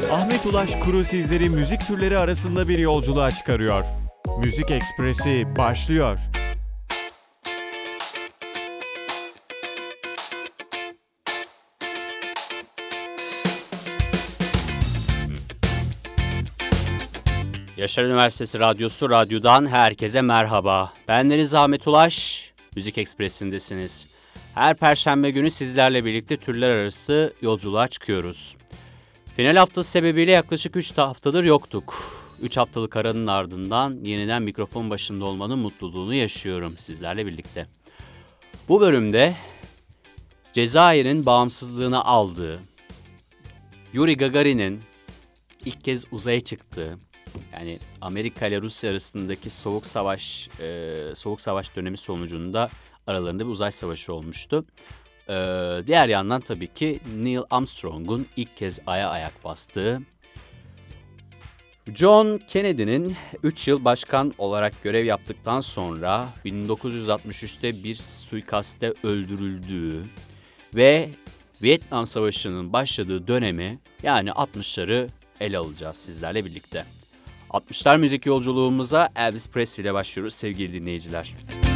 Ahmet Ulaş Kuru sizleri müzik türleri arasında bir yolculuğa çıkarıyor. Müzik Ekspresi başlıyor. Yaşar Üniversitesi Radyosu Radyo'dan herkese merhaba. Bendeniz Ahmet Ulaş, Müzik Ekspresi'ndesiniz. Her Perşembe günü sizlerle birlikte türler arası yolculuğa çıkıyoruz. Final haftası sebebiyle yaklaşık 3 haftadır yoktuk. 3 haftalık aranın ardından yeniden mikrofon başında olmanın mutluluğunu yaşıyorum sizlerle birlikte. Bu bölümde Cezayir'in bağımsızlığını aldığı, Yuri Gagarin'in ilk kez uzaya çıktığı, yani Amerika ile Rusya arasındaki Soğuk Savaş dönemi sonucunda aralarında bir uzay savaşı olmuştu. Diğer yandan tabii ki Neil Armstrong'un ilk kez Ay'a ayak bastığı, John Kennedy'nin 3 yıl başkan olarak görev yaptıktan sonra 1963'te bir suikaste öldürüldüğü ve Vietnam Savaşı'nın başladığı dönemi, yani 60'ları ele alacağız sizlerle birlikte. 60'lar müzik yolculuğumuza Elvis Presley ile başlıyoruz sevgili dinleyiciler.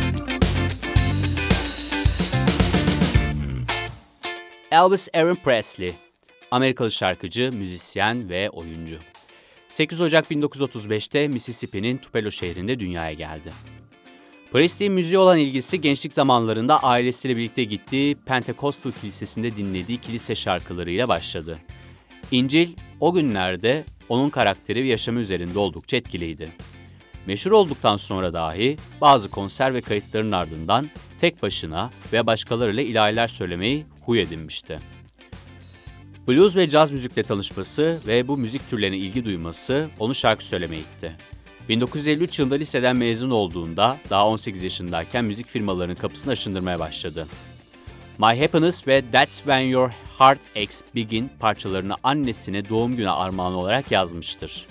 Elvis Aaron Presley, Amerikalı şarkıcı, müzisyen ve oyuncu. 8 Ocak 1935'te Mississippi'nin Tupelo şehrinde dünyaya geldi. Presley'in müziğe olan ilgisi gençlik zamanlarında ailesiyle birlikte gittiği Pentecostal Kilisesi'nde dinlediği kilise şarkılarıyla başladı. İncil o günlerde onun karakteri ve yaşamı üzerinde oldukça etkiliydi. Meşhur olduktan sonra dahi bazı konser ve kayıtların ardından tek başına ve başkalarıyla ilahiler söylemeyi huy edinmişti. Blues ve caz müzikle tanışması ve bu müzik türlerine ilgi duyması onu şarkı söylemeye itti. 1953 yılında liseden mezun olduğunda daha 18 yaşındayken müzik firmalarının kapısını aşındırmaya başladı. My Happiness ve That's When Your Heart Aches Begin parçalarını annesine doğum günü armağanı olarak yazmıştır.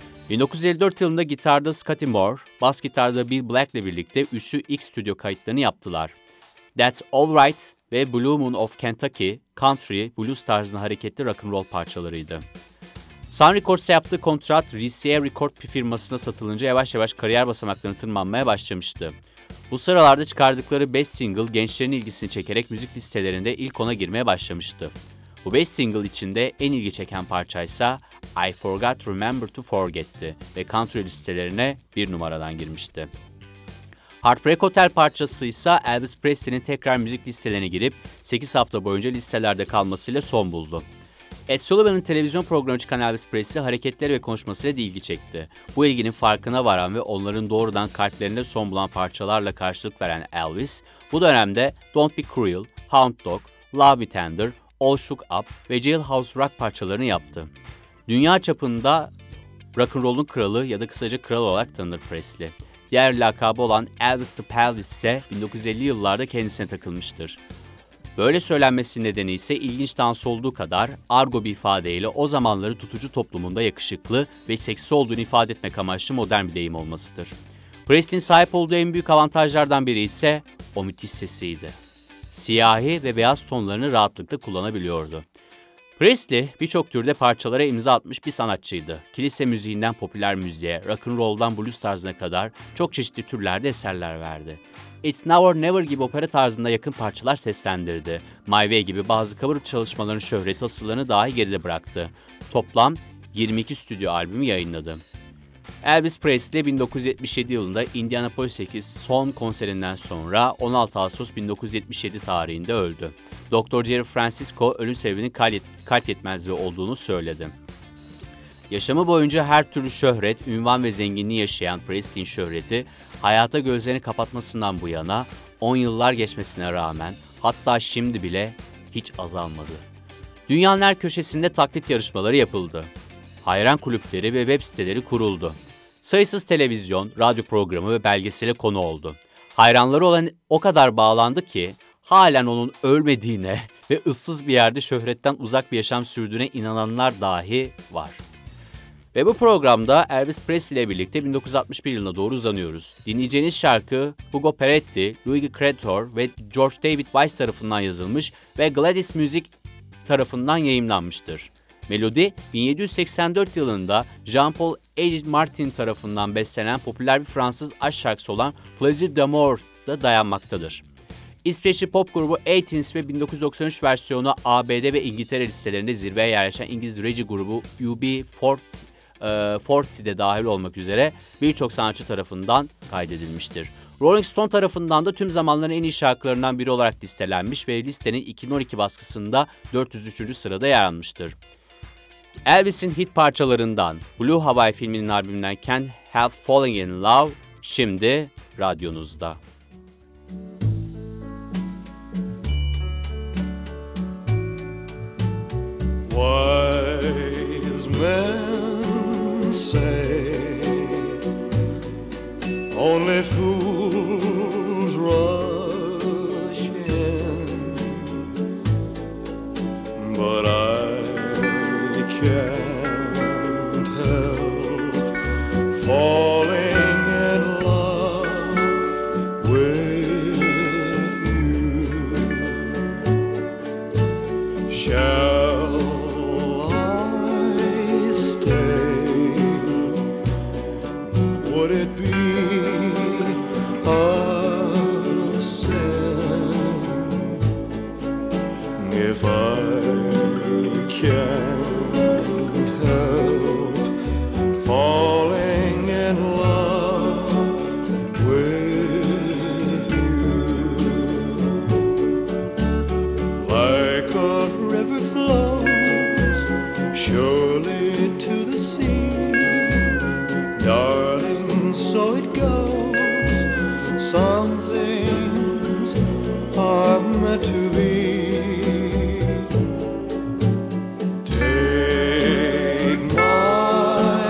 1954 yılında gitarda Scotty Moore, bas gitarda Bill Black ile birlikte üçlü ilk stüdyo kayıtlarını yaptılar. That's Alright ve Blue Moon of Kentucky, country, blues tarzında hareketli rock'n'roll parçalarıydı. Sun Records'ta yaptığı kontrat RCA Record firmasına satılınca yavaş yavaş kariyer basamaklarını tırmanmaya başlamıştı. Bu sıralarda çıkardıkları 5 single gençlerin ilgisini çekerek müzik listelerinde ilk 10'a girmeye başlamıştı. Bu 5 single içinde en ilgi çeken parçaysa I Forgot to Remember to Forget'ti ve country listelerine 1 numaradan girmişti. Heartbreak Hotel parçası ise Elvis Presley'nin tekrar müzik listelerine girip 8 hafta boyunca listelerde kalmasıyla son buldu. Ed Sullivan'ın televizyon programı çıkan Elvis Presley hareketleri ve konuşmasıyla da ilgi çekti. Bu ilginin farkına varan ve onların doğrudan kalplerinde son bulan parçalarla karşılık veren Elvis, bu dönemde Don't Be Cruel, Hound Dog, Love Me Tender, All Shook Up ve Jailhouse Rock parçalarını yaptı. Dünya çapında rock'n'roll'un kralı ya da kısaca kral olarak tanınır Presley. Diğer lakabı olan Elvis the Pelvis ise 1950 yıllarda kendisine takılmıştır. Böyle söylenmesi nedeni ise ilginç dans olduğu kadar argo bir ifadeyle o zamanları tutucu toplumunda yakışıklı ve seksi olduğunu ifade etmek amaçlı modern bir deyim olmasıdır. Presley'in sahip olduğu en büyük avantajlardan biri ise o müthiş sesiydi. Siyahi ve beyaz tonlarını rahatlıkla kullanabiliyordu. Presley birçok türde parçalara imza atmış bir sanatçıydı. Kilise müziğinden popüler müziğe, rock'n'roll'dan blues tarzına kadar çok çeşitli türlerde eserler verdi. It's Now or Never gibi opera tarzında yakın parçalar seslendirdi. My Way gibi bazı cover çalışmaların şöhreti asıllarını dahi geride bıraktı. Toplam 22 stüdyo albümü yayınladı. Elvis Presley 1977 yılında Indianapolis'teki son konserinden sonra 16 Ağustos 1977 tarihinde öldü. Dr. Jerry Francisco ölüm sebebinin kalp yetmezliği olduğunu söyledi. Yaşamı boyunca her türlü şöhret, ünvan ve zenginliği yaşayan Presley'in şöhreti, hayata gözlerini kapatmasından bu yana 10 yıllar geçmesine rağmen hatta şimdi bile hiç azalmadı. Dünyanın her köşesinde taklit yarışmaları yapıldı. Hayran kulüpleri ve web siteleri kuruldu. Sayısız televizyon, radyo programı ve belgesele konu oldu. Hayranları olan o kadar bağlandı ki halen onun ölmediğine ve ıssız bir yerde şöhretten uzak bir yaşam sürdüğüne inananlar dahi var. Ve bu programda Elvis Presley ile birlikte 1961 yılına doğru uzanıyoruz. Dinleyeceğiniz şarkı Hugo Peretti, Luigi Creator ve George David Weiss tarafından yazılmış ve Gladys Music tarafından yayımlanmıştır. Melodi, 1784 yılında Jean-Paul Martin tarafından bestelenen popüler bir Fransız aşk şarkısı olan Plaisir d'amour'da dayanmaktadır. İsveçli pop grubu Athens ve 1993 versiyonu ABD ve İngiltere listelerinde zirveye yerleşen İngiliz reggae grubu UB40'de dahil olmak üzere birçok sanatçı tarafından kaydedilmiştir. Rolling Stone tarafından da tüm zamanların en iyi şarkılarından biri olarak listelenmiş ve listenin 2012 baskısında 403. sırada yer almıştır. Elvis'in hit parçalarından Blue Hawaii filminin albümünden Can't Help Falling in Love şimdi radyonuzda. Wise men say only fools rush in, but I can't help falling in love with you. Shall I stay? Would it be a sin if I can't help falling in love with you? Like a river flows surely to the sea, darling, so it goes. Some things are meant to be. Take my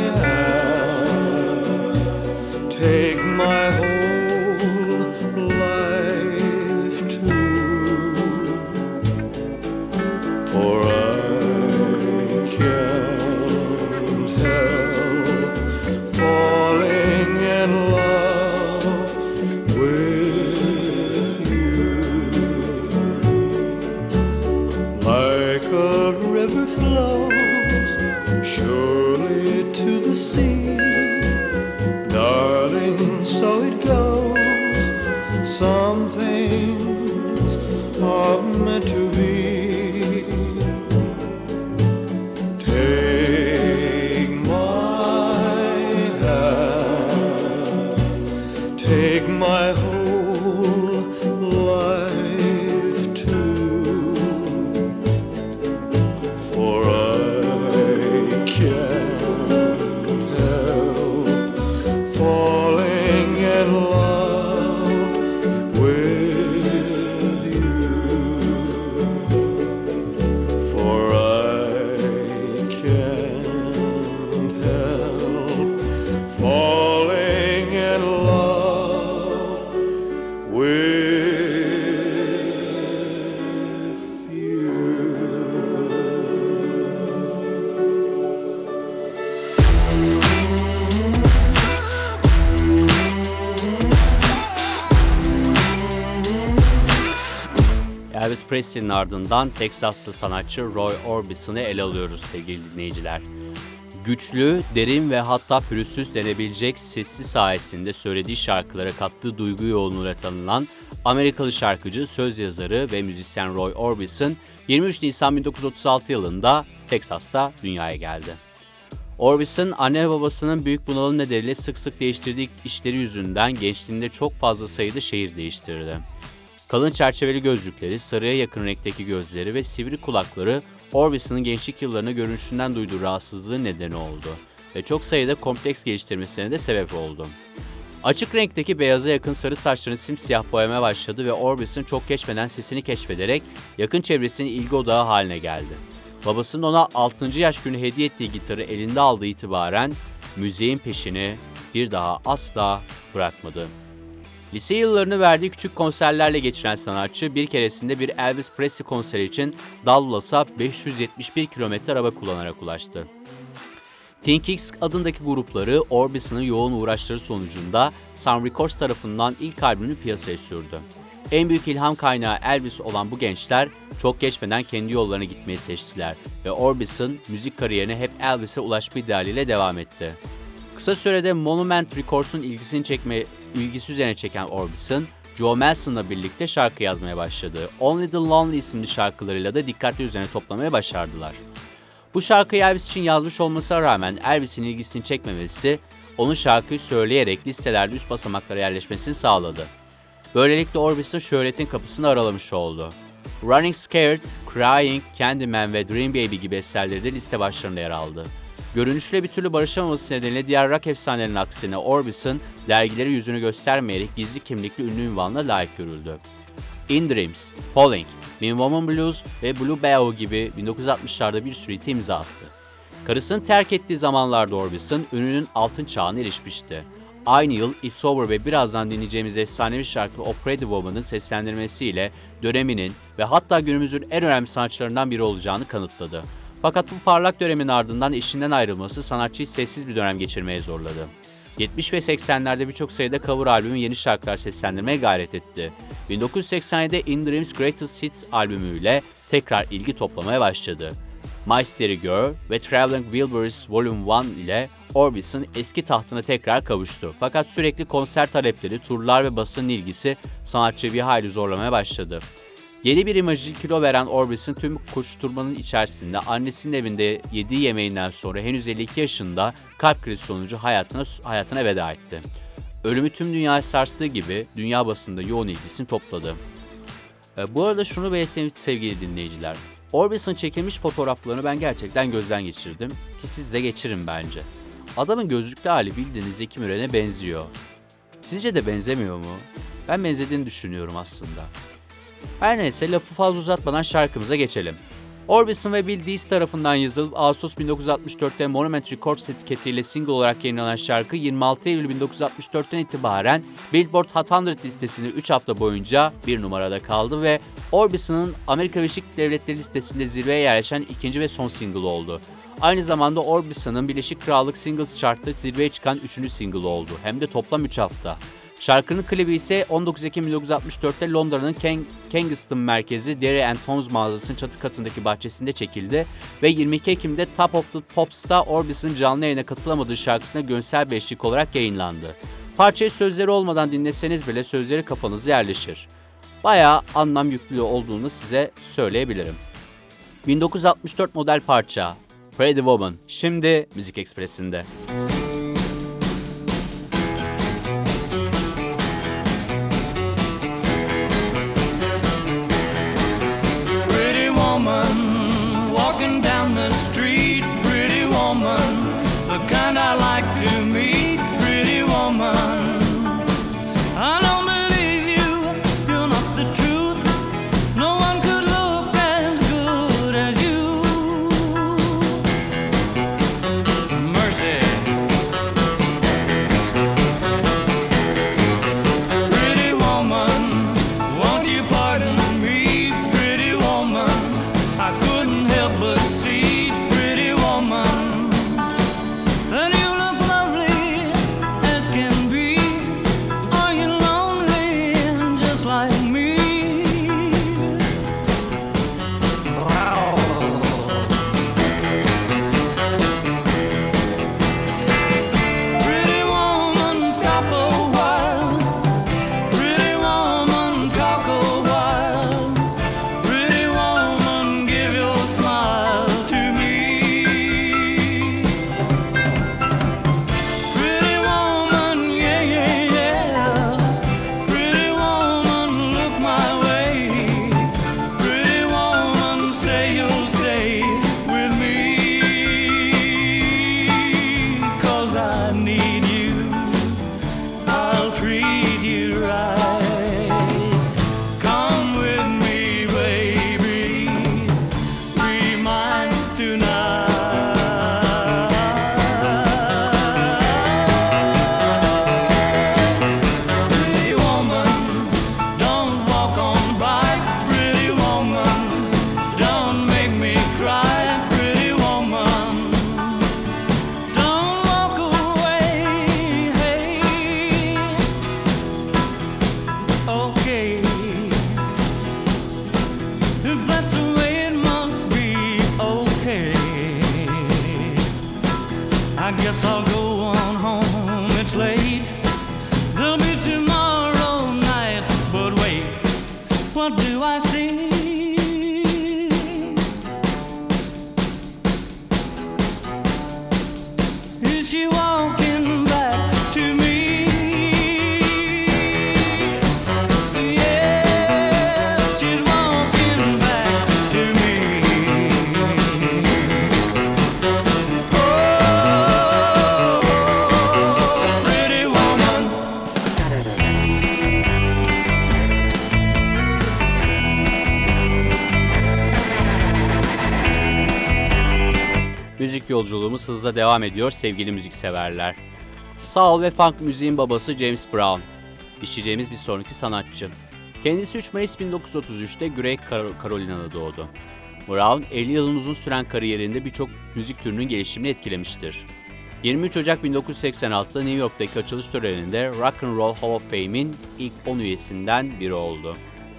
hand, take my whole life too, for I can't help falling in love with you. Like a river flows surely to the sea, darling, so it goes. Some things are meant to be. Take my hand, take my whole life too, for I can't help falling in love with you, for I can't help falling in love with you. Elvis Presley'nin ardından Teksaslı sanatçı Roy Orbison'ı ele alıyoruz sevgili dinleyiciler. Güçlü, derin ve hatta pürüzsüz denebilecek sesi sayesinde söylediği şarkılara kattığı duygu yoğunluğuyla tanınan Amerikalı şarkıcı, söz yazarı ve müzisyen Roy Orbison 23 Nisan 1936 yılında Teksas'ta dünyaya geldi. Orbison, anne ve babasının büyük bunalım nedeniyle sık sık değiştirdiği işleri yüzünden gençliğinde çok fazla sayıda şehir değiştirdi. Kalın çerçeveli gözlükleri, sarıya yakın renkteki gözleri ve sivri kulakları Orbison'ın gençlik yıllarına görünüşünden duyduğu rahatsızlığı nedeni oldu ve çok sayıda kompleks geliştirmesine de sebep oldu. Açık renkteki beyaza yakın sarı saçlarını simsiyah boyamaya başladı ve Orbison çok geçmeden sesini keşfederek yakın çevresinin ilgi odağı haline geldi. Babasının ona 6. yaş günü hediye ettiği gitarı elinde aldığı itibaren müziğin peşini bir daha asla bırakmadı. Lise yıllarını verdiği küçük konserlerle geçiren sanatçı bir keresinde bir Elvis Presley konseri için Dallas'a 571 kilometre araba kullanarak ulaştı. Teen Kicks adındaki grupları Orbison'ın yoğun uğraşları sonucunda Sun Records tarafından ilk albümünü piyasaya sürdü. En büyük ilham kaynağı Elvis olan bu gençler çok geçmeden kendi yollarına gitmeyi seçtiler ve Orbison müzik kariyerine hep Elvis'e ulaşma idealiyle devam etti. Kısa sürede Monument Records'un ilgisi üzerine çeken Orbison, Joe Melson'la birlikte şarkı yazmaya başladı. Only the Lonely isimli şarkılarıyla da dikkatli üzerine toplamaya başardılar. Bu şarkıyı Elvis için yazmış olmasına rağmen Elvis'in ilgisini çekmemesi, onun şarkıyı söyleyerek listelerde üst basamaklara yerleşmesini sağladı. Böylelikle Orbison şöhretin kapısını aralamış oldu. Running Scared, Crying, Candyman ve Dream Baby gibi eserleri de liste başlarında yer aldı. Görünüşüyle bir türlü barışamaması nedeniyle diğer rock efsanelerinin aksine Orbison, dergilere yüzünü göstermeyerek gizli kimlikli ünlü ünvanına layık görüldü. In Dreams, Falling, Mean Woman Blues ve Blue Bayou gibi 1960'larda bir sürü hite imza attı. Karısını terk ettiği zamanlarda Orbison, ününün altın çağına erişmişti. Aynı yıl It's Over ve birazdan dinleyeceğimiz efsanevi şarkı O Pretty Woman'ın seslendirmesiyle döneminin ve hatta günümüzün en önemli sanatçılarından biri olacağını kanıtladı. Fakat bu parlak dönemin ardından eşinden ayrılması sanatçıyı sessiz bir dönem geçirmeye zorladı. 70 ve 80'lerde birçok sayıda cover albümü yeni şarkılar seslendirmeye gayret etti. 1987'de In Dreams Greatest Hits albümüyle tekrar ilgi toplamaya başladı. My Steady Girl ve Traveling Wilburys Volume 1 ile Orbison eski tahtına tekrar kavuştu. Fakat sürekli konser talepleri, turlar ve basının ilgisi sanatçıyı bir hayli zorlamaya başladı. Yeni bir imajı kilo veren Orbison tüm koşturmanın içerisinde annesinin evinde yediği yemeğinden sonra henüz 52 yaşında kalp krizi sonucu hayatına veda etti. Ölümü tüm dünyayı sarstığı gibi dünya basında yoğun ilgisini topladı. Bu arada şunu belirteyim sevgili dinleyiciler. Orbison çekilmiş fotoğraflarını ben gerçekten gözden geçirdim ki siz de geçirin bence. Adamın gözlüklü hali bildiğiniz Zeki Müren'e benziyor. Sizce de benzemiyor mu? Ben benzediğini düşünüyorum aslında. Her neyse lafı fazla uzatmadan şarkımıza geçelim. Orbison ve Bill Dees tarafından yazılıp Ağustos 1964'te Monument Records etiketiyle single olarak yayınlanan şarkı 26 Eylül 1964'ten itibaren Billboard Hot 100 listesinde 3 hafta boyunca bir numarada kaldı ve Orbison'ın Amerika Birleşik Devletleri listesinde zirveye yerleşen ikinci ve son single oldu. Aynı zamanda Orbison'ın Birleşik Krallık Singles Chart'ta zirveye çıkan 3. single oldu. Hem de toplam 3 hafta. Şarkının klibi ise 19 Ekim 1964'te Londra'nın Kensington merkezi Derry and Toms mağazasının çatı katındaki bahçesinde çekildi ve 22 Ekim'de Top of the Pops'ta Orbison'ın canlı yayına katılamadığı şarkısına görsel bir eşlik olarak yayınlandı. Parçayı sözleri olmadan dinleseniz bile sözleri kafanıza yerleşir. Bayağı anlam yüklü olduğunu size söyleyebilirim. 1964 model parça Pretty Woman şimdi Müzik Ekspresi'nde. Walking down the street, pretty woman, the kind I like to meet, pretty woman. I don't believe you, you're not the truth. No one could look as good as you. Mercy. Pretty woman, won't you pardon me, pretty woman? I couldn't help but see, pretty woman, and you look lovely I guess I'll go on home, it's late. There'll be tomorrow night, but wait, what do I see? Is she walking back to me? Yes, she's walking back to me. Oh, pretty woman. Müzik yolculuğumuz hızla devam ediyor sevgili müzikseverler. Soul ve funk müziğin babası James Brown. İşleyeceğimiz bir sonraki sanatçı. Kendisi 3 Mayıs 1933'te Güney Carolina'da doğdu. Brown, 50 yılın uzun süren kariyerinde birçok müzik türünün gelişimini etkilemiştir. 23 Ocak 1986'da New York'taki açılış töreninde Rock and Roll Hall of Fame'in ilk 10 üyesinden biri oldu.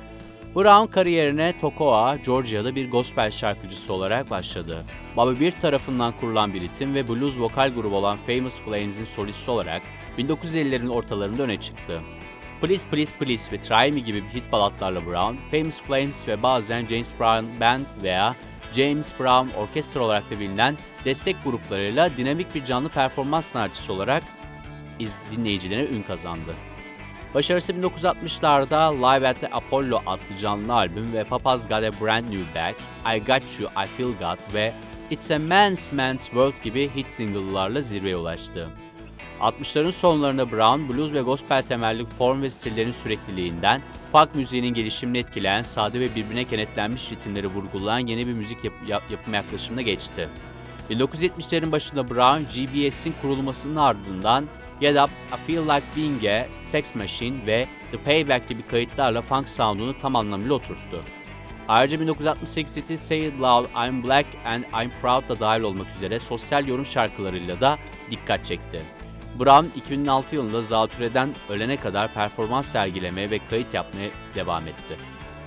Brown kariyerine Toccoa, Georgia'da bir gospel şarkıcısı olarak başladı. Bobby Beard tarafından kurulan bir ritim ve blues vokal grubu olan Famous Flames'in solisti olarak 1950'lerin ortalarında öne çıktı. Please Please Please ve Try Me gibi hit balatlarla Brown, Famous Flames ve bazen James Brown Band veya James Brown Orchestra olarak da bilinen destek gruplarıyla dinamik bir canlı performans sanatçısı olarak dinleyicilerine ün kazandı. Başarısı 1960'larda Live at the Apollo adlı canlı albüm ve Papa's Got a Brand New Bag, I Got You, I Feel God ve It's a Man's World gibi hit single'larla zirveye ulaştı. 60'ların sonlarında Brown, blues ve gospel temelli form ve stillerin sürekliliğinden, funk müziğinin gelişimini etkileyen, sade ve birbirine kenetlenmiş ritimleri vurgulayan yeni bir müzik yapım yaklaşımına geçti. 1970'lerin başında Brown, GBS'in kurulmasının ardından Get Up, I Feel Like Being a Sex Machine ve The Payback gibi kayıtlarla funk sound'unu tam anlamıyla oturttu. Ayrıca 1968 hiti Say It Loud, I'm Black and I'm Proud da dahil olmak üzere sosyal yorum şarkılarıyla da dikkat çekti. Brown 2006 yılında zatürreden ölene kadar performans sergilemeye ve kayıt yapmaya devam etti.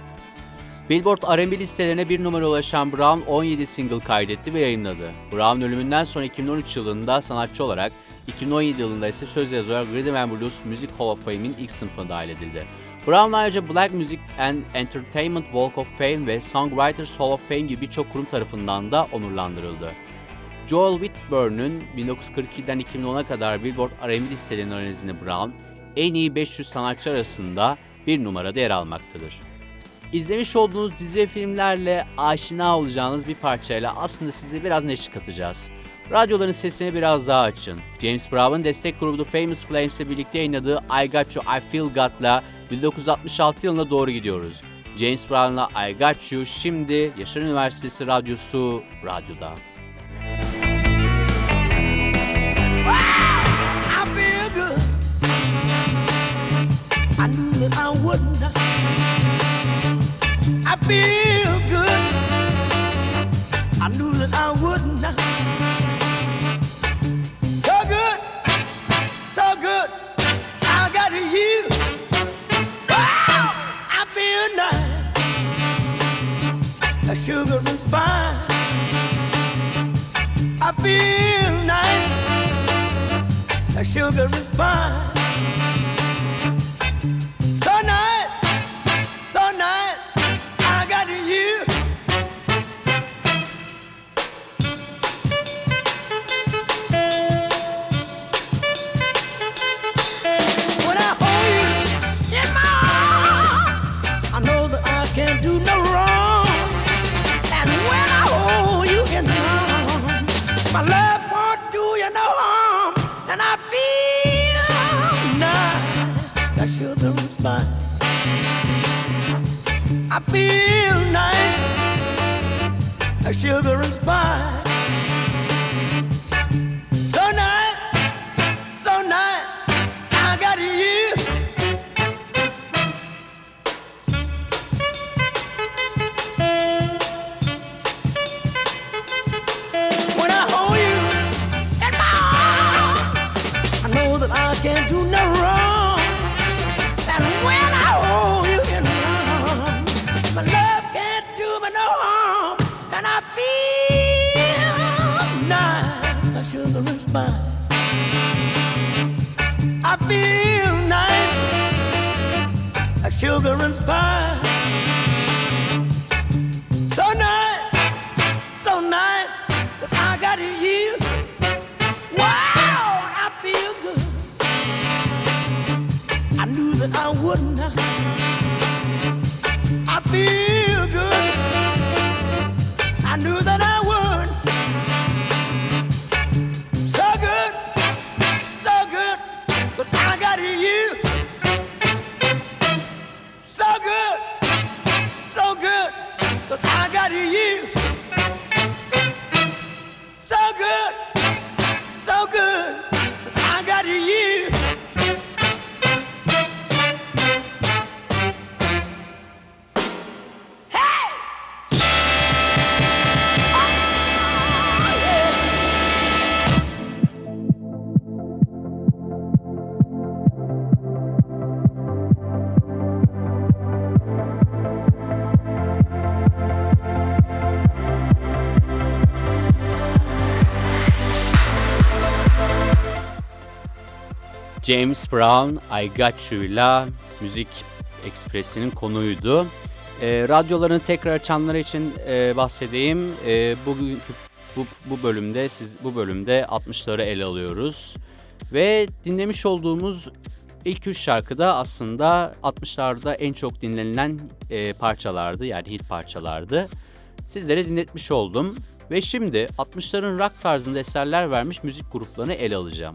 Billboard R&B listelerine bir numara ulaşan Brown 17 single kaydetti ve yayınladı. Brown ölümünden sonra 2013 yılında sanatçı olarak, 2017 yılında ise söz yazar Rhythm and Blues Music Hall of Fame'in ilk sınıfına dahil edildi. Brown ayrıca Black Music and Entertainment Walk of Fame ve Songwriters Hall of Fame gibi birçok kurum tarafından da onurlandırıldı. Joel Whitburn'un 1942'den 2010'a kadar Billboard R&B listelerinin analizinde Brown, en iyi 500 sanatçı arasında bir numarada yer almaktadır. İzlemiş olduğunuz dizi ve filmlerle aşina olacağınız bir parçayla aslında size biraz neşe katacağız. Radyoların sesini biraz daha açın. James Brown'un destek grubu The Famous Flames ile birlikte yayınladığı I Got You, I Feel God'la 1966 yılına doğru gidiyoruz. James Brown'la I Got You şimdi Yaşar Üniversitesi Radyosu Radyo'da. I knew that I wouldn't. I feel good. I knew that I wouldn't. So good, so good. I got you. Wow, I feel nice. A sugar and spice. I feel nice. A sugar and spice. I feel nice, like sugar and spice. So nice, so nice, I got you. When I hold you in my arms, I know that I can't do no wrong. And when I hold you in my arms, my love can't do me no harm. And I feel nice, like sugar and spice. I feel nice like sugar and spice. So nice that I got you. Wow, I feel good. I knew that I would not. I feel good. I knew that I would. So good, but I got you. So good, but I got you. So good, but I got you. James Brown, I Got You'la Müzik Ekspresi'nin konuydu. Radyolarını tekrar açanlar için bahsedeyim. Bugünkü bu bölümde 60'ları ele alıyoruz. Ve dinlemiş olduğumuz ilk 3 şarkı da aslında 60'larda en çok dinlenilen parçalardı. Yani hit parçalardı. Sizlere dinletmiş oldum. Ve şimdi 60'ların rock tarzında eserler vermiş müzik gruplarını ele alacağım.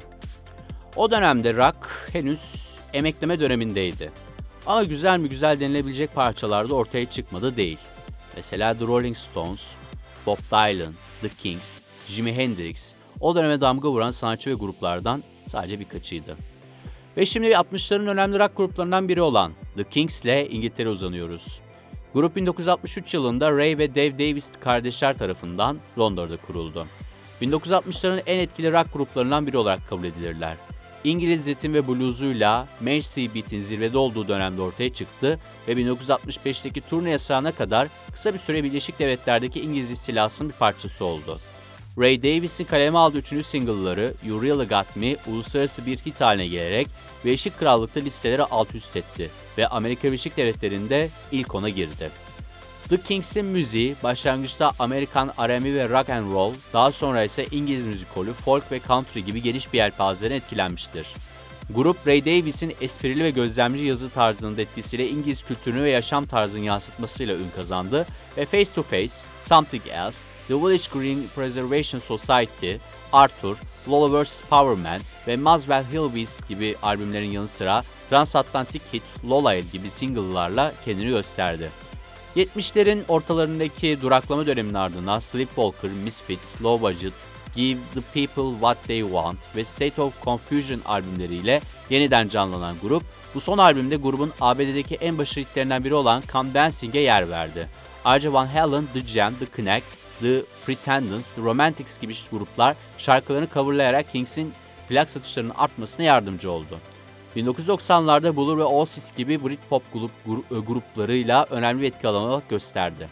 O dönemde rock henüz emekleme dönemindeydi. Ama güzel mi güzel denilebilecek parçalar da ortaya çıkmadı değil. Mesela The Rolling Stones, Bob Dylan, The Kings, Jimi Hendrix o döneme damga vuran sanatçı ve gruplardan sadece birkaçıydı. Ve şimdi 60'ların önemli rock gruplarından biri olan The Kings ile İngiltere uzanıyoruz. Grup 1963 yılında Ray ve Dave Davis kardeşler tarafından Londra'da kuruldu. 1960'ların en etkili rock gruplarından biri olarak kabul edilirler. İngiliz ritim ve bluesuyla Mersey Beat'in zirvede olduğu dönemde ortaya çıktı ve 1965'teki turne yasağına kadar kısa bir süre Birleşik Devletler'deki İngiliz istilasının bir parçası oldu. Ray Davies'in kaleme aldığı 3. single'ları You Really Got Me uluslararası bir hit haline gelerek Birleşik Krallık'ta listeleri alt üst etti ve Amerika Birleşik Devletleri'nde ilk 10'a girdi. The Kings'in müziği başlangıçta Amerikan R&B ve rock and roll, daha sonra ise İngiliz müzikolü, folk ve country gibi geniş bir yelpazeden etkilenmiştir. Grup Ray Davies'in esprili ve gözlemci yazı tarzının etkisiyle İngiliz kültürünü ve yaşam tarzını yansıtmasıyla ün kazandı ve Face to Face, Something Else, The Village Green Preservation Society, Arthur, Lola vs. Powerman ve Muswell Hillbillies gibi albümlerin yanı sıra Transatlantic Hit, Lola gibi single'larla kendini gösterdi. 70'lerin ortalarındaki duraklama döneminin ardından Sleepwalker, Misfits, Low Budget, Give the People What They Want ve State of Confusion albümleriyle yeniden canlanan grup, bu son albümde grubun ABD'deki en başarılı hitlerinden biri olan Come Dancing'e yer verdi. Ayrıca Van Halen, The Jam, The Knack, The Pretenders, The Romantics gibi gruplar şarkılarını coverlayarak Kings'in plak satışlarının artmasına yardımcı oldu. 1990'larda Blur ve Oasis gibi Britpop gruplarıyla önemli bir etki alanı olarak gösterdi.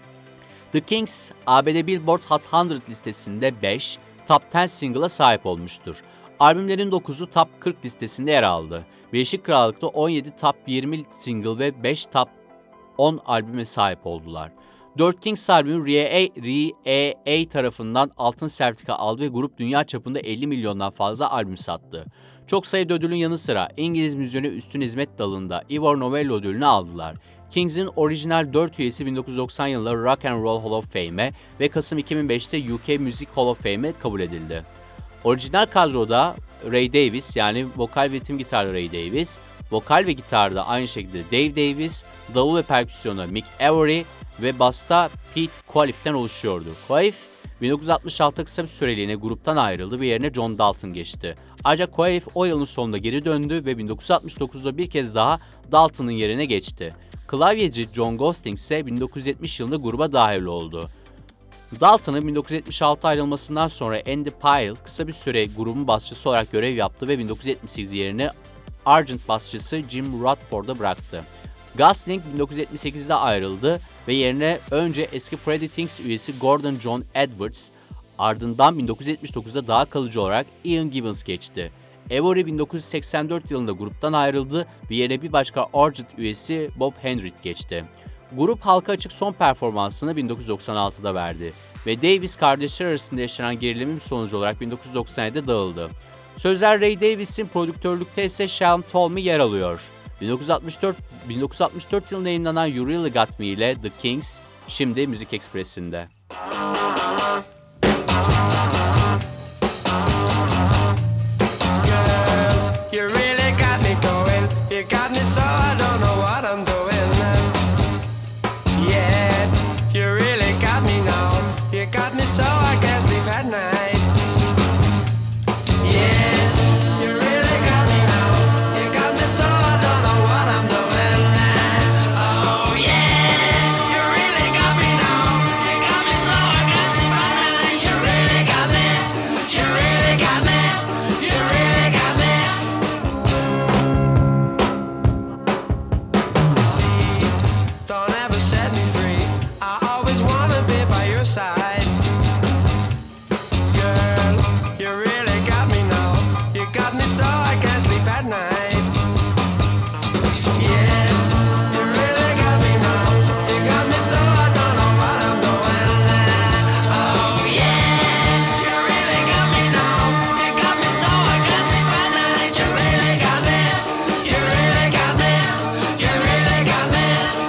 The Kings, ABD Billboard Hot 100 listesinde 5, Top 10 single'a sahip olmuştur. Albümlerin 9'u Top 40 listesinde yer aldı. Birleşik Krallık'ta 17 Top 20 single ve 5 Top 10 albüme sahip oldular. 4 Kings albümü REA tarafından altın sertifika aldı ve grup dünya çapında 50 milyondan fazla albüm sattı. Çok sayıda ödülün yanı sıra İngiliz müziğine üstün hizmet dalında Ivor Novello ödülünü aldılar. Kings'in orijinal 4 üyesi 1990 yılında Rock and Roll Hall of Fame'e ve Kasım 2005'te UK Music Hall of Fame'e kabul edildi. Orijinal kadroda Ray Davies yani vokal ve ritim gitarda Ray Davies, vokal ve gitarda aynı şekilde Dave Davies, davul ve perküsyonda Mick Avory ve basta Pete Quaife'den oluşuyordu. Quaife, 1966'da kısa bir süreliğine gruptan ayrıldı ve yerine John Dalton geçti. Ancak Quaife o yılın sonunda geri döndü ve 1969'da bir kez daha Dalton'ın yerine geçti. Klavyeci John Gosling ise 1970 yılında gruba dahil oldu. Dalton'ın 1976 ayrılmasından sonra Andy Pyle kısa bir süre grubun basçısı olarak görev yaptı ve 1978 yerine Argent basçısı Jim Rutherford'a bıraktı. Gosling 1978'de ayrıldı ve yerine önce eski Pretty Things üyesi Gordon John Edwards, Ardından 1979'da daha kalıcı olarak Ian Gibbons geçti. Avery 1984 yılında gruptan ayrıldı ve yerine bir başka Orchid üyesi Bob Hendrick geçti. Grup halka açık son performansını 1996'da verdi ve Davis kardeşler arasında yaşanan gerilimin sonucu olarak 1997'de dağıldı. Sözler Ray Davies'in, prodüktörlükte ise Sean Talmy yer alıyor. 1964 yılında yayınlanan You Really Got Me ile The Kings şimdi Müzik Ekspresi'nde. You really got me going. You got me so I don't know what I'm doing. Yeah, you really got me now. You got me so I can't sleep at night. Yeah, you really got me now. You got me so I don't know what I'm doing. Oh yeah, you really got me now. You got me so I can't sleep at night. You really got me. You really got me. You really got me. See, don't ever set me free. I always wanna be by your side. Girl, you really got me now. You got me so I can't sleep at night. Yeah, you really got me now. You got me so I don't know what I'm doing. Oh yeah, you really got me now. You got me so I can't sleep at night. You really got me. You really got me. You really got me.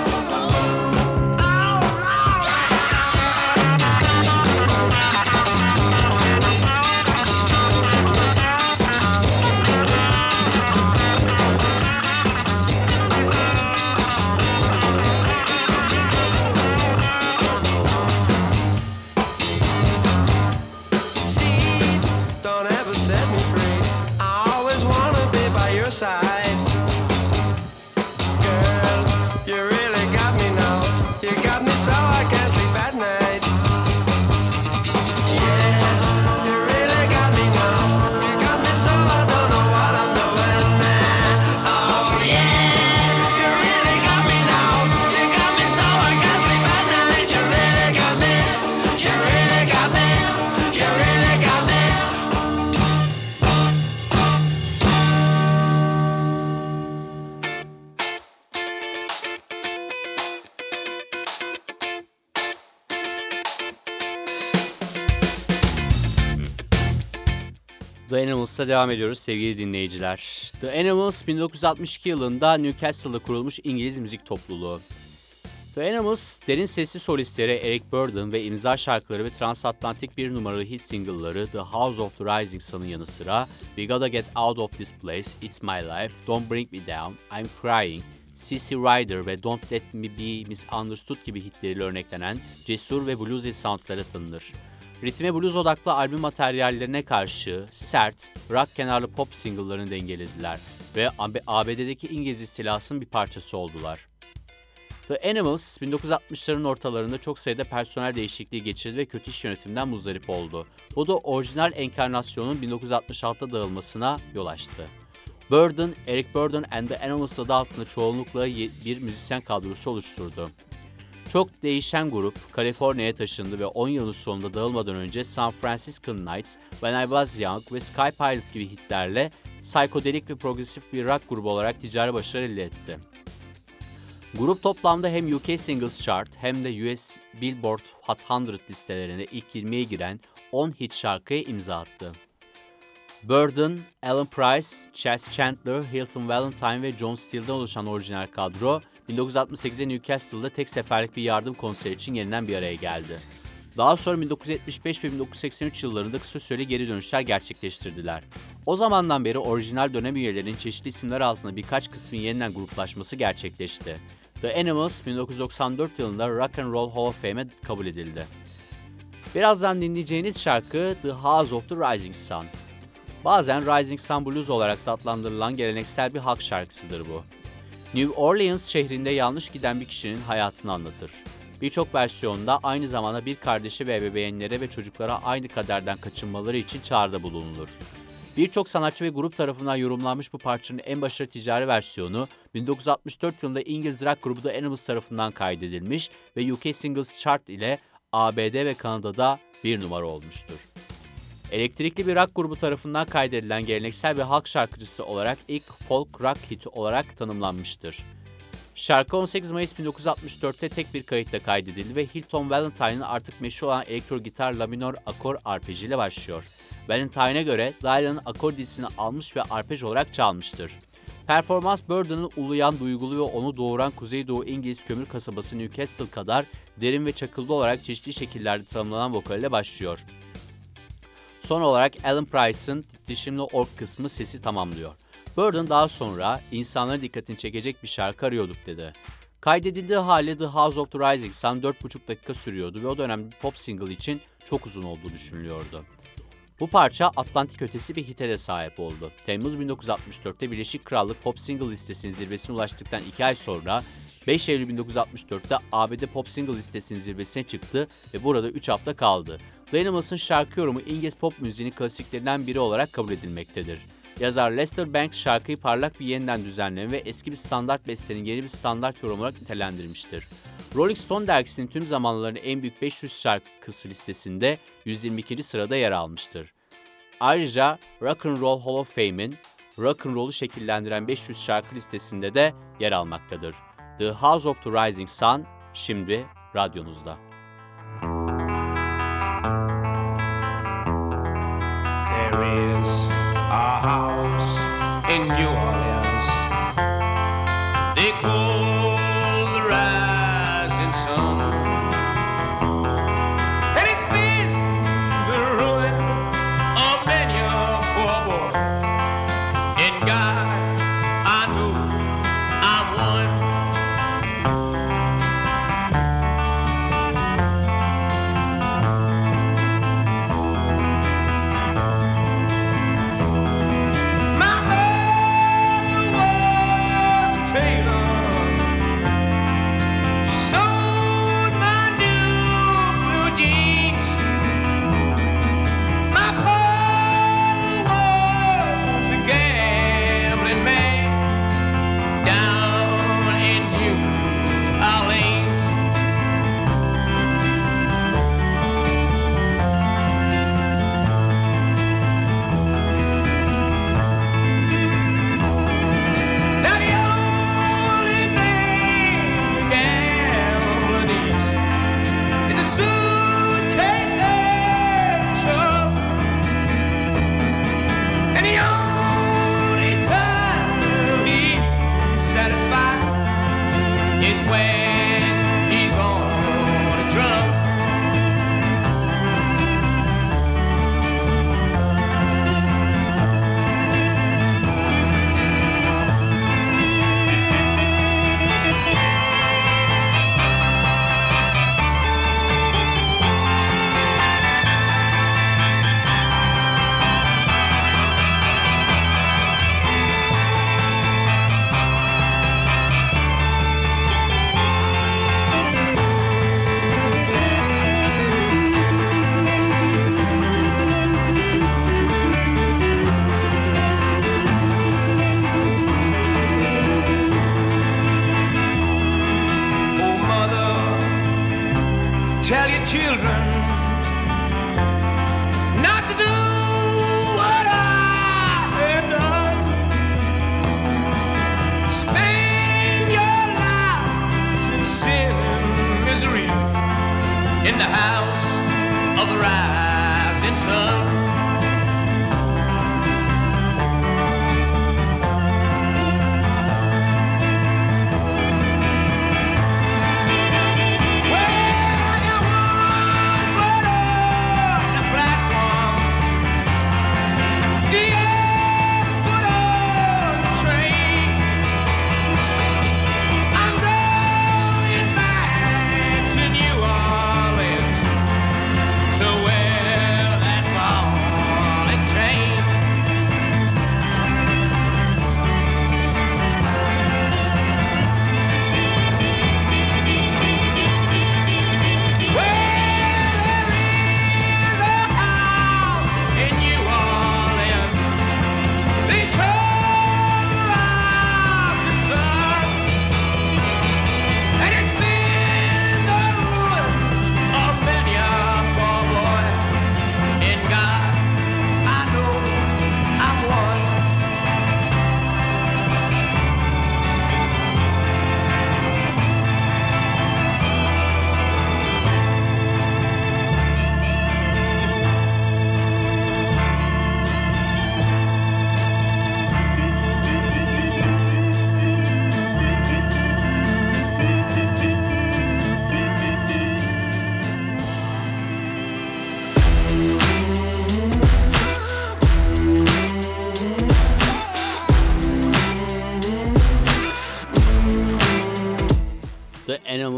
See, don't ever set me free. I always wanna be by your side. Girl, you really got me now. You got me so I can't sleep at night. Yeah, you really got me now. You got me so I don't know what I'm doing. Oh yeah, you really got me now. You got me so I can't sleep at night. You really got me. You really got me. You really got me. The Animals'ta devam ediyoruz sevgili dinleyiciler. The Animals 1962 yılında Newcastle'da kurulmuş İngiliz müzik topluluğu. The Animals, derin sesli solistleri Eric Burdon ve imza şarkıları ve transatlantik bir numaralı hit single'ları The House of the Rising Sun'ın yanı sıra We Gotta Get Out of This Place, It's My Life, Don't Bring Me Down, I'm Crying, CC Rider ve Don't Let Me Be Misunderstood gibi hitleriyle örneklenen cesur ve bluesy soundlara tanınır. Ritim ve blues odaklı albüm materyallerine karşı sert, rock kenarlı pop single'larını dengelediler ve ABD'deki İngiliz istilasının bir parçası oldular. The Animals, 1960'ların ortalarında çok sayıda personel değişikliği geçirdi ve kötü iş yönetiminden muzdarip oldu. Bu da orijinal enkarnasyonun 1966'da dağılmasına yol açtı. Burdon, Eric Burdon and the Animals adı altında çoğunlukla bir müzisyen kadrosu oluşturdu. Çok değişen grup, Kaliforniya'ya taşındı ve 10 yılın sonunda dağılmadan önce San Francisco Nights, When I Was Young ve Sky Pilot gibi hitlerle psikodelik ve progresif bir rock grubu olarak ticari başarı elde etti. Grup toplamda hem UK Singles Chart hem de US Billboard Hot 100 listelerinde ilk 20'ye giren 10 hit şarkıya imza attı. Burdon, Alan Price, Chas Chandler, Hilton Valentine ve John Steele'den oluşan orijinal kadro, 1968'de Newcastle'da tek seferlik bir yardım konseri için yeniden bir araya geldi. Daha sonra 1975 ve 1983 yıllarında kısa süreli geri dönüşler gerçekleştirdiler. O zamandan beri orijinal dönem üyelerinin çeşitli isimler altında birkaç kısmın yeniden gruplaşması gerçekleşti. The Animals 1994 yılında Rock and Roll Hall of Fame'e kabul edildi. Birazdan dinleyeceğiniz şarkı The House of the Rising Sun. Bazen Rising Sun Blues olarak da adlandırılan geleneksel bir halk şarkısıdır bu. New Orleans şehrinde yanlış giden bir kişinin hayatını anlatır. Birçok versiyonda aynı zamanda bir kardeşi ve ebeveynlere ve çocuklara aynı kaderden kaçınmaları için çağrıda bulunulur. Birçok sanatçı ve grup tarafından yorumlanmış bu parçanın en başarılı ticari versiyonu 1964 yılında İngiliz rock grubu The Animals tarafından kaydedilmiş ve UK Singles Chart ile ABD ve Kanada'da bir numara olmuştur. Elektrikli bir rock grubu tarafından kaydedilen geleneksel bir halk şarkıcısı olarak ilk folk rock hiti olarak tanımlanmıştır. Şarkı 18 Mayıs 1964'te tek bir kayıtla kaydedildi ve Hilton Valentine'ın artık meşhur olan elektro gitar la minor akor arpeji ile başlıyor. Valentine'a göre Dylan'ın akor dizisini almış ve arpej olarak çalmıştır. Performans Burden'ın uluyan, duygulu ve onu doğuran Kuzeydoğu İngiliz kömür kasabası Newcastle kadar derin ve çakıllı olarak çeşitli şekillerde tanımlanan vokaliyle başlıyor. Son olarak Alan Price'ın titreşimli org kısmı sesi tamamlıyor. Burden daha sonra insanların dikkatini çekecek bir şarkı arıyorduk dedi. Kaydedildiği hali The House of the Rising Sun 4,5 dakika sürüyordu ve o dönem pop single için çok uzun olduğu düşünülüyordu. Bu parça Atlantik ötesi bir hite de sahip oldu. Temmuz 1964'te Birleşik Krallık Pop Single listesinin zirvesine ulaştıktan 2 ay sonra 5 Eylül 1964'te ABD Pop Single listesinin zirvesine çıktı ve burada 3 hafta kaldı. The Animals'ın şarkı yorumu İngiliz pop müziğinin klasiklerinden biri olarak kabul edilmektedir. Yazar Lester Bangs şarkıyı parlak bir yeniden düzenleme ve eski bir standart bestenin yeni bir standart yorum olarak nitelendirmiştir. Rolling Stone dergisinin tüm zamanların en büyük 500 şarkısı listesinde 122. sırada yer almıştır. Ayrıca Rock and Roll Hall of Fame'in Rock and Roll'u şekillendiren 500 şarkı listesinde de yer almaktadır. The House of the Rising Sun şimdi radyonuzda. There is a house in New Orleans they call the Rising Sun, and it's been the ruin of many a poor boy. And God, I know I'm one. My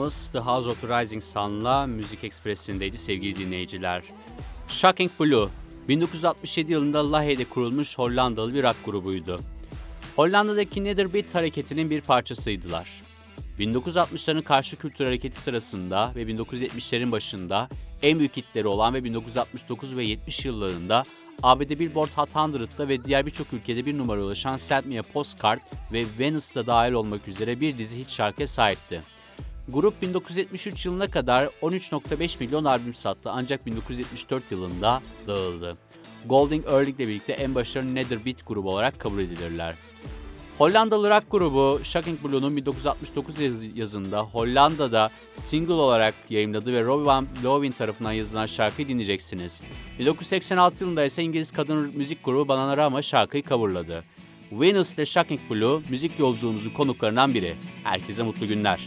durağımız The House of the Rising Sun'la Müzik Ekspresi'ndeydi sevgili dinleyiciler. Shocking Blue, 1967 yılında Lahey'de kurulmuş Hollandalı bir rock grubuydu. Hollanda'daki Nederbeat hareketinin bir parçasıydılar. 1960'ların karşı kültür hareketi sırasında ve 1970'lerin başında en büyük hitleri olan ve 1969 ve 70 yıllarında ABD Billboard Hot 100'da ve diğer birçok ülkede bir numara ulaşan Send Me a Postcard ve Venus'ta dahil olmak üzere bir dizi hit şarkıya sahipti. Grup 1973 yılına kadar 13.5 milyon albüm sattı ancak 1974 yılında dağıldı. Golding Earling'le birlikte en başarılı Nederbeat grubu olarak kabul edilirler. Hollandalı rock grubu Shocking Blue'nun 1969 yazında Hollanda'da single olarak yayımladığı ve Robbie Van Lovin tarafından yazılan şarkıyı dinleyeceksiniz. 1986 yılında ise İngiliz kadın müzik grubu Bananarama şarkıyı coverladı. Venus ile Shocking Blue müzik yolculuğumuzun konuklarından biri. Herkese mutlu günler.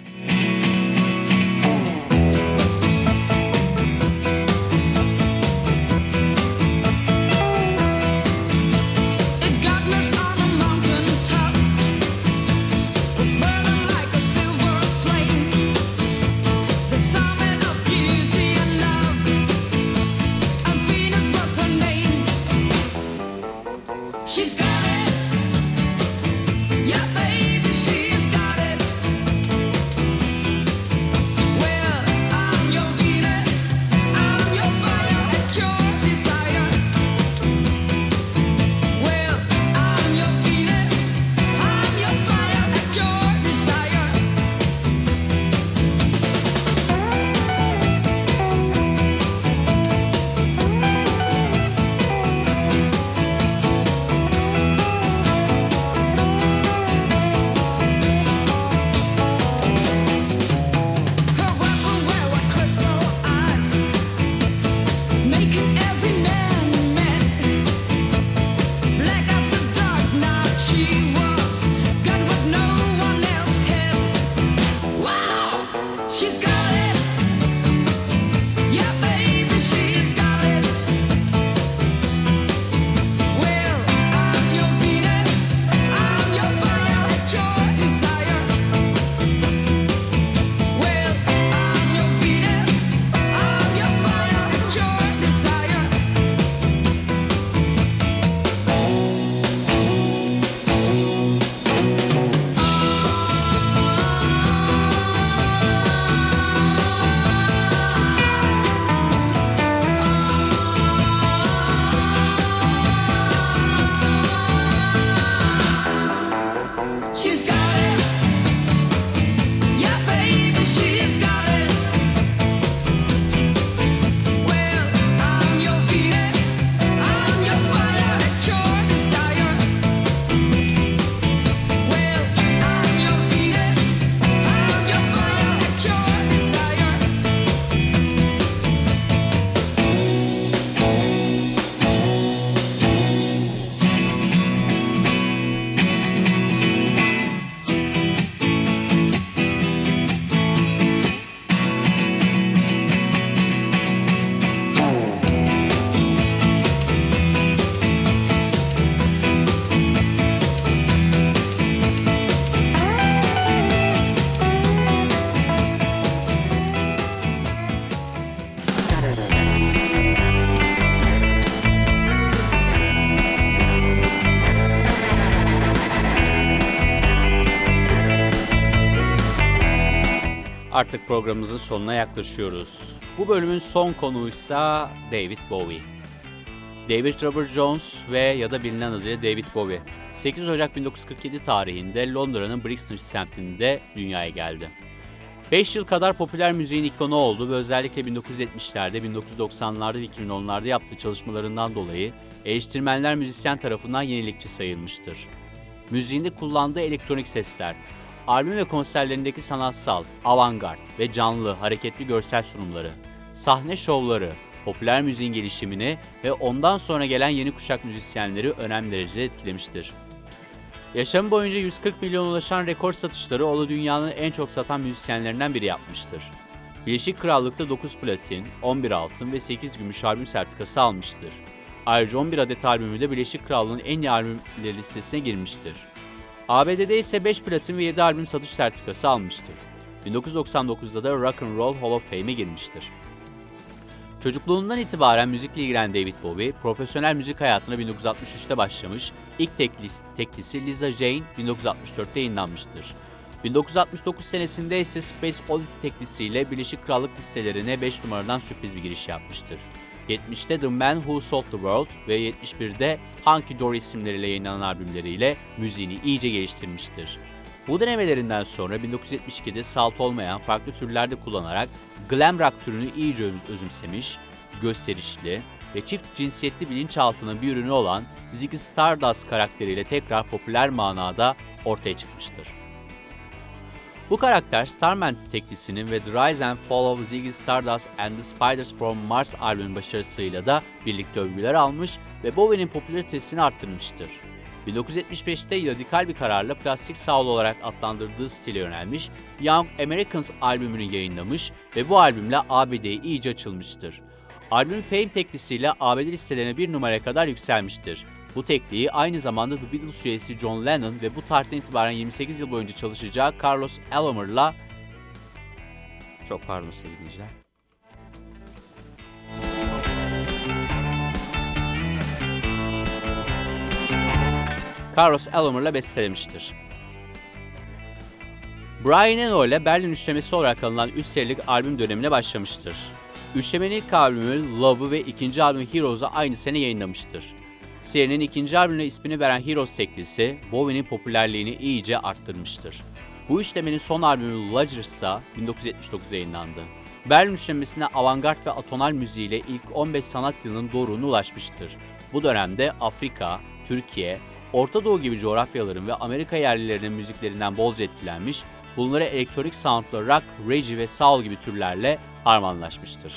She's got it, yeah, baby, she's got it. Artık programımızın sonuna yaklaşıyoruz. Bu bölümün son konuğuysa David Bowie. David Robert Jones ve ya da bilinen adıyla David Bowie. 8 Ocak 1947 tarihinde Londra'nın Brixton semtinde dünyaya geldi. 5 yıl kadar popüler müziğin ikonu oldu ve özellikle 1970'lerde, 1990'larda ve 2010'larda yaptığı çalışmalarından dolayı eleştirmenler müzisyen tarafından yenilikçi sayılmıştır. Müziğinde kullandığı elektronik sesler, albüm ve konserlerindeki sanatsal, avantgard ve canlı, hareketli görsel sunumları, sahne şovları, popüler müziğin gelişimini ve ondan sonra gelen yeni kuşak müzisyenleri önemli derecede etkilemiştir. Yaşamı boyunca 140 milyon ulaşan rekor satışları onu dünyanın en çok satan müzisyenlerinden biri yapmıştır. Birleşik Krallık'ta 9 platin, 11 altın ve 8 gümüş albüm sertifikası almıştır. Ayrıca 11 adet albümü de Birleşik Krallık'ın en iyi albümleri listesine girmiştir. ABD'de ise 5 platin ve 7 albüm satış sertifikası almıştır. 1999'da da Rock and Roll Hall of Fame'e girmiştir. Çocukluğundan itibaren müzikle ilgilenen David Bowie, profesyonel müzik hayatına 1963'te başlamış, ilk teklisi Lisa Jane 1964'te yayınlanmıştır. 1969 senesinde ise Space Oddity teklisiyle Birleşik Krallık listelerine 5 numaradan sürpriz bir giriş yapmıştır. 70'te The Man Who Sold the World ve 71'de Hunky Dory isimleriyle yayınlanan albümleriyle müziğini iyice geliştirmiştir. Bu denemelerinden sonra 1972'de salt olmayan farklı türlerde kullanarak glam rock türünü iyice özümsemiş, gösterişli ve çift cinsiyetli bilinçaltının bir ürünü olan Ziggy Stardust karakteriyle tekrar popüler manada ortaya çıkmıştır. Bu karakter Starman teklisinin ve The Rise and Fall of Ziggy Stardust and the Spiders from Mars albümünün başarısıyla da birlikte övgüler almış ve Bowie'nin popülaritesini arttırmıştır. 1975'te radikal bir kararla plastik soul olarak adlandırdığı stile yönelmiş, Young Americans albümünü yayınlamış ve bu albümle ABD'ye iyice açılmıştır. Albüm Fame teklisiyle ABD listelerine 1 numaraya kadar yükselmiştir. Bu tekliği aynı zamanda The Beatles üyesi John Lennon ve bu tarihten itibaren 28 yıl boyunca çalışacağı Carlos Alomar'la... Çok pardon sevgili dinleyiciler. Carlos Alomar'la bestelemiştir. Brian Eno ile Berlin üçlemesi olarak alınan 3 serilik albüm dönemine başlamıştır. Üçlemenin ilk albümü Love'ı ve ikinci albümü Heroes'u aynı sene yayınlamıştır. Serinin ikinci albümüne ismini veren Heroes teklisi, Bowie'nin popülerliğini iyice arttırmıştır. Bu üçlemenin son albümü Lodgers ise 1979'da yayınlandı. Berlin üçlemesine avantgard ve atonal müziğiyle ilk 15 sanat yılının doruğuna ulaşmıştır. Bu dönemde Afrika, Türkiye, Orta Doğu gibi coğrafyaların ve Amerika yerlilerinin müziklerinden bolca etkilenmiş, bunları elektronik soundla rock, reggae ve soul gibi türlerle harmanlaşmıştır.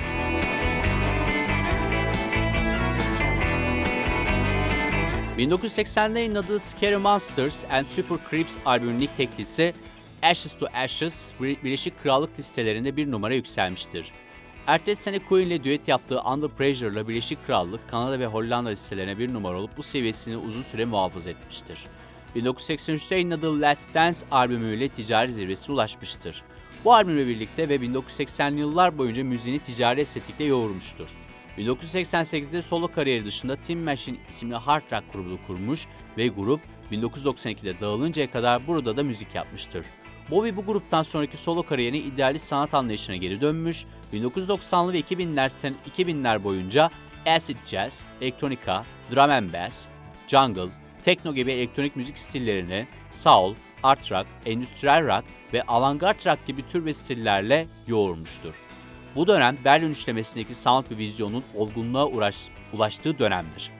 ...1980'de yayınladığı Scary Monsters and Super Creeps albümünün ilk teklisi Ashes to Ashes, Birleşik Krallık listelerinde 1 numara yükselmiştir. Ertesi sene Queen ile düet yaptığı Under Pressure ile Birleşik Krallık, Kanada ve Hollanda listelerine 1 numara olup bu seviyesini uzun süre muhafaza etmiştir. 1983'te yayınladığı Let's Dance albümüyle ticari zirvesine ulaşmıştır. Bu albümle birlikte ve 1980'li yıllar boyunca müziğini ticari estetikle yoğurmuştur. 1988'de solo kariyeri dışında Tin Machine isimli hard rock grubunu kurmuş ve grup 1992'de dağılıncaya kadar burada da müzik yapmıştır. Bowie bu gruptan sonraki solo kariyerine idealist sanat anlayışına geri dönmüş, 1990'lı ve 2000'ler boyunca acid jazz, elektronika, drum and bass, jungle, tekno gibi elektronik müzik stillerini soul, art rock, endüstriyel rock ve avantgard rock gibi tür ve stillerle yoğurmuştur. Bu dönem Berlin üçlemesindeki sound ve vizyonun olgunluğa ulaştığı dönemdir.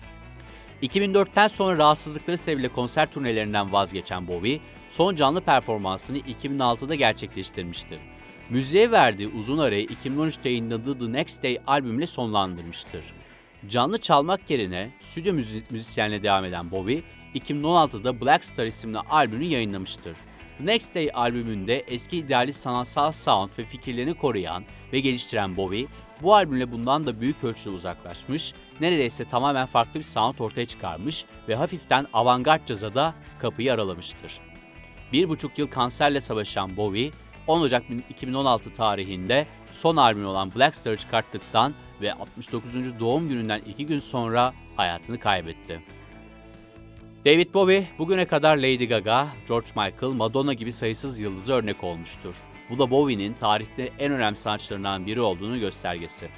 2004'ten sonra rahatsızlıkları sebebiyle konser turnelerinden vazgeçen Bowie, son canlı performansını 2006'da gerçekleştirmiştir. Müziğe verdiği uzun arayı 2013'te yayınladığı The Next Day albümüyle sonlandırmıştır. Canlı çalmak yerine stüdyo müzisyenle devam eden Bowie, 2016'da Black Star isimli albümünü yayınlamıştır. The Next Day albümünde eski idealist sanatsal sound ve fikirlerini koruyan ve geliştiren Bowie, bu albümle bundan da büyük ölçüde uzaklaşmış, neredeyse tamamen farklı bir sound ortaya çıkarmış ve hafiften avantgard caza da kapıyı aralamıştır. 1,5 yıl kanserle savaşan Bowie, 10 Ocak 2016 tarihinde son albümü olan Black Star'ı çıkarttıktan ve 69. doğum gününden 2 gün sonra hayatını kaybetti. David Bowie bugüne kadar Lady Gaga, George Michael, Madonna gibi sayısız yıldızı örnek olmuştur. Bu da Bowie'nin tarihte en önemli sanatçılarından biri olduğunu göstergesi.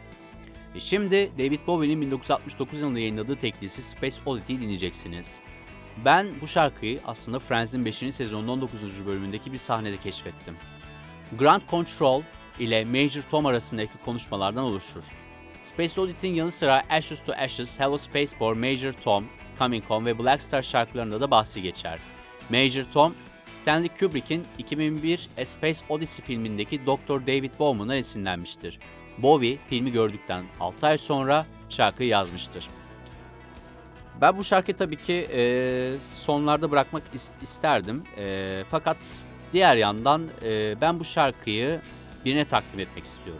Şimdi David Bowie'nin 1969 yılında yayınladığı teklisi Space Oddity'yi dinleyeceksiniz. Ben bu şarkıyı aslında Friends'in 5. sezonunun 19. bölümündeki bir sahnede keşfettim. Grand Control ile Major Tom arasındaki konuşmalardan oluşur. Space Oddity'nin yanı sıra Ashes to Ashes, Hello Spaceport, Major Tom, Coming Home ve Black Star şarkılarında da bahsi geçer. Major Tom, Stanley Kubrick'in 2001 A Space Odyssey filmindeki Dr. David Bowman'dan esinlenmiştir. Bowie filmi gördükten 6 ay sonra şarkıyı yazmıştır. Ben bu şarkıyı tabii ki sonlarda bırakmak isterdim. Fakat diğer yandan ben bu şarkıyı birine takdim etmek istiyorum.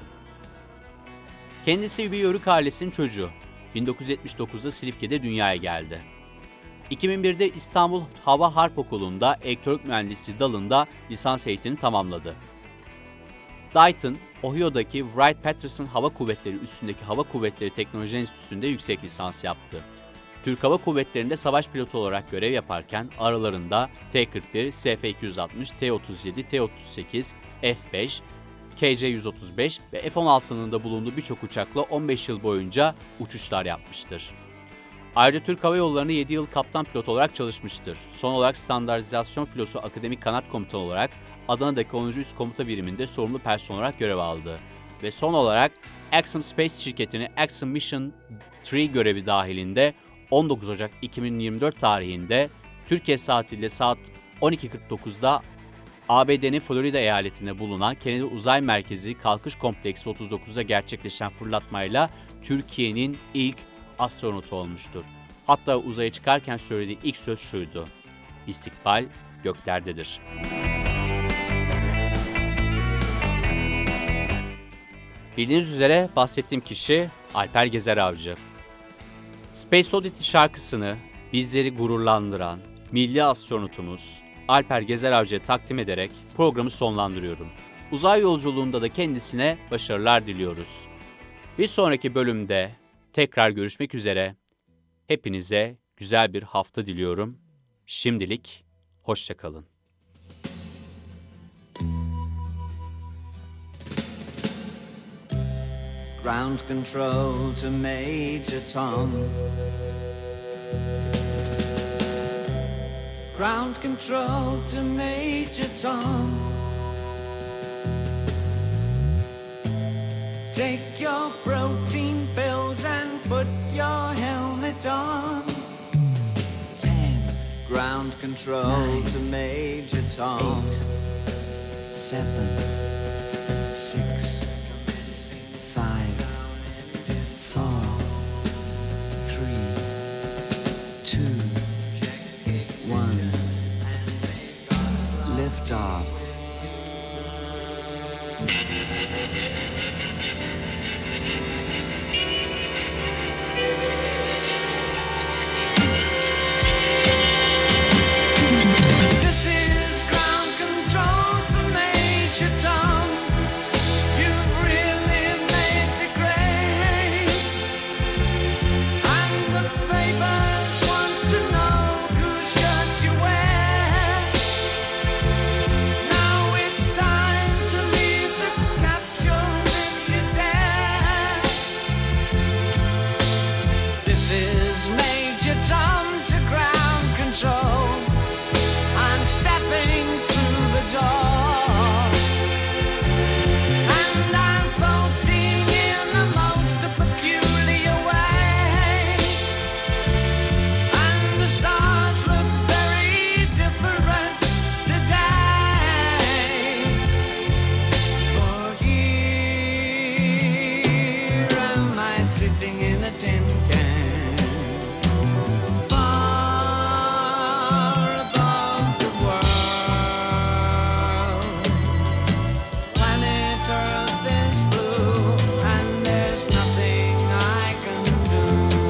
Kendisi bir Yörük ailesinin çocuğu. 1979'da Silifke'de dünyaya geldi. 2001'de İstanbul Hava Harp Okulu'nda elektronik mühendisliği dalında lisans eğitimini tamamladı. Dayton, Ohio'daki Wright-Patterson Hava Kuvvetleri üstündeki Hava Kuvvetleri Teknoloji Enstitüsü'nde yüksek lisans yaptı. Türk Hava Kuvvetleri'nde savaş pilotu olarak görev yaparken aralarında T-41, SF-260, T-37, T-38, F-5, KC-135 ve F-16'nın da bulunduğu birçok uçakla 15 yıl boyunca uçuşlar yapmıştır. Ayrıca Türk Hava Yolları'nda 7 yıl kaptan pilot olarak çalışmıştır. Son olarak Standartizasyon Filosu Akademik Kanat Komutanı olarak Adana'daki 10. Üst Komuta Biriminde sorumlu personel olarak görev aldı. Ve son olarak Axiom Space şirketinin Axiom Mission 3 görevi dahilinde 19 Ocak 2024 tarihinde Türkiye saatiyle saat 12.49'da ABD'nin Florida eyaletinde bulunan Kennedy Uzay Merkezi Kalkış Kompleksi 39'da gerçekleşen fırlatmayla Türkiye'nin ilk astronotu olmuştur. Hatta uzaya çıkarken söylediği ilk söz şuydu: İstikbal göklerdedir. Bildiğiniz üzere bahsettiğim kişi Alper Gezer Avcı. Space Oddity şarkısını bizleri gururlandıran milli astronotumuz Alper Gezer Avcı'ya takdim ederek programı sonlandırıyorum. Uzay yolculuğunda da kendisine başarılar diliyoruz. Bir sonraki bölümde tekrar görüşmek üzere. Hepinize güzel bir hafta diliyorum. Şimdilik hoşça kalın. Ground control to Major Tom. Ground control to Major Tom. Take your protein pills and put your helmet on. 10. Ground control 9, to Major Tom. 8, 7, 6, 5, 4, 3, 2, 1. Lift off. This is ground control to Major Tom. You've really made the grade, and the papers want to know whose shirt you wear. Now it's time to leave the capsule if you dare. This is Major Tom to ground control. I'm stepping through the door, and I'm floating in the most peculiar way, and the stars look very different today. For here am I sitting in a tin can, far above the world. Planet Earth is blue, and there's nothing I can do.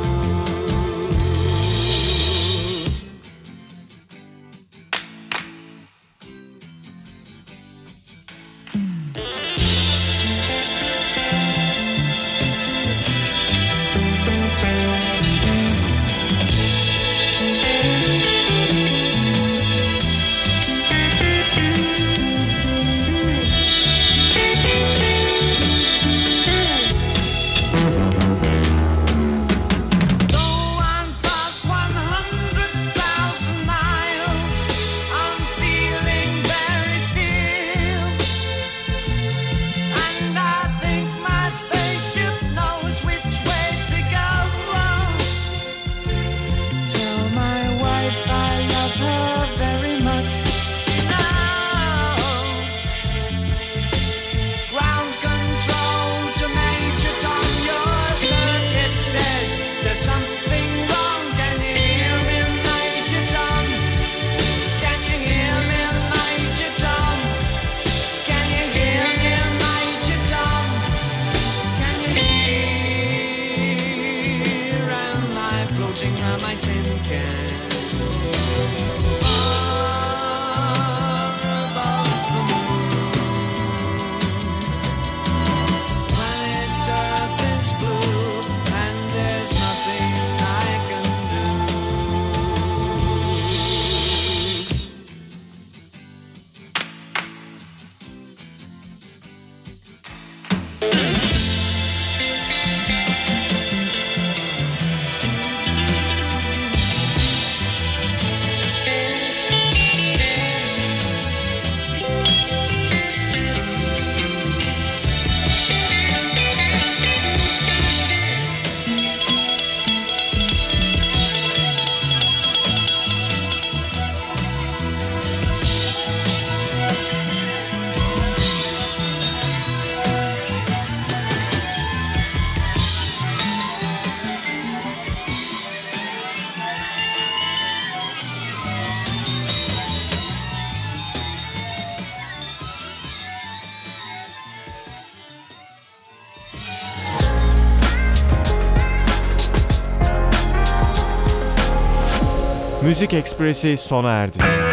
Though I'm past 100,000 miles, I'm feeling very still, and I think my spaceship knows which way to go. Tell my wife I love her very much. She knows. Ground control to Major Tom. Your circuit's dead. There's something wrong. Can you hear me, Major Tom? Can you hear me, Major Tom? Can you hear me, Major Tom? Can you hear? Am I floating on my tin can? Müzik Ekspresi sona erdi.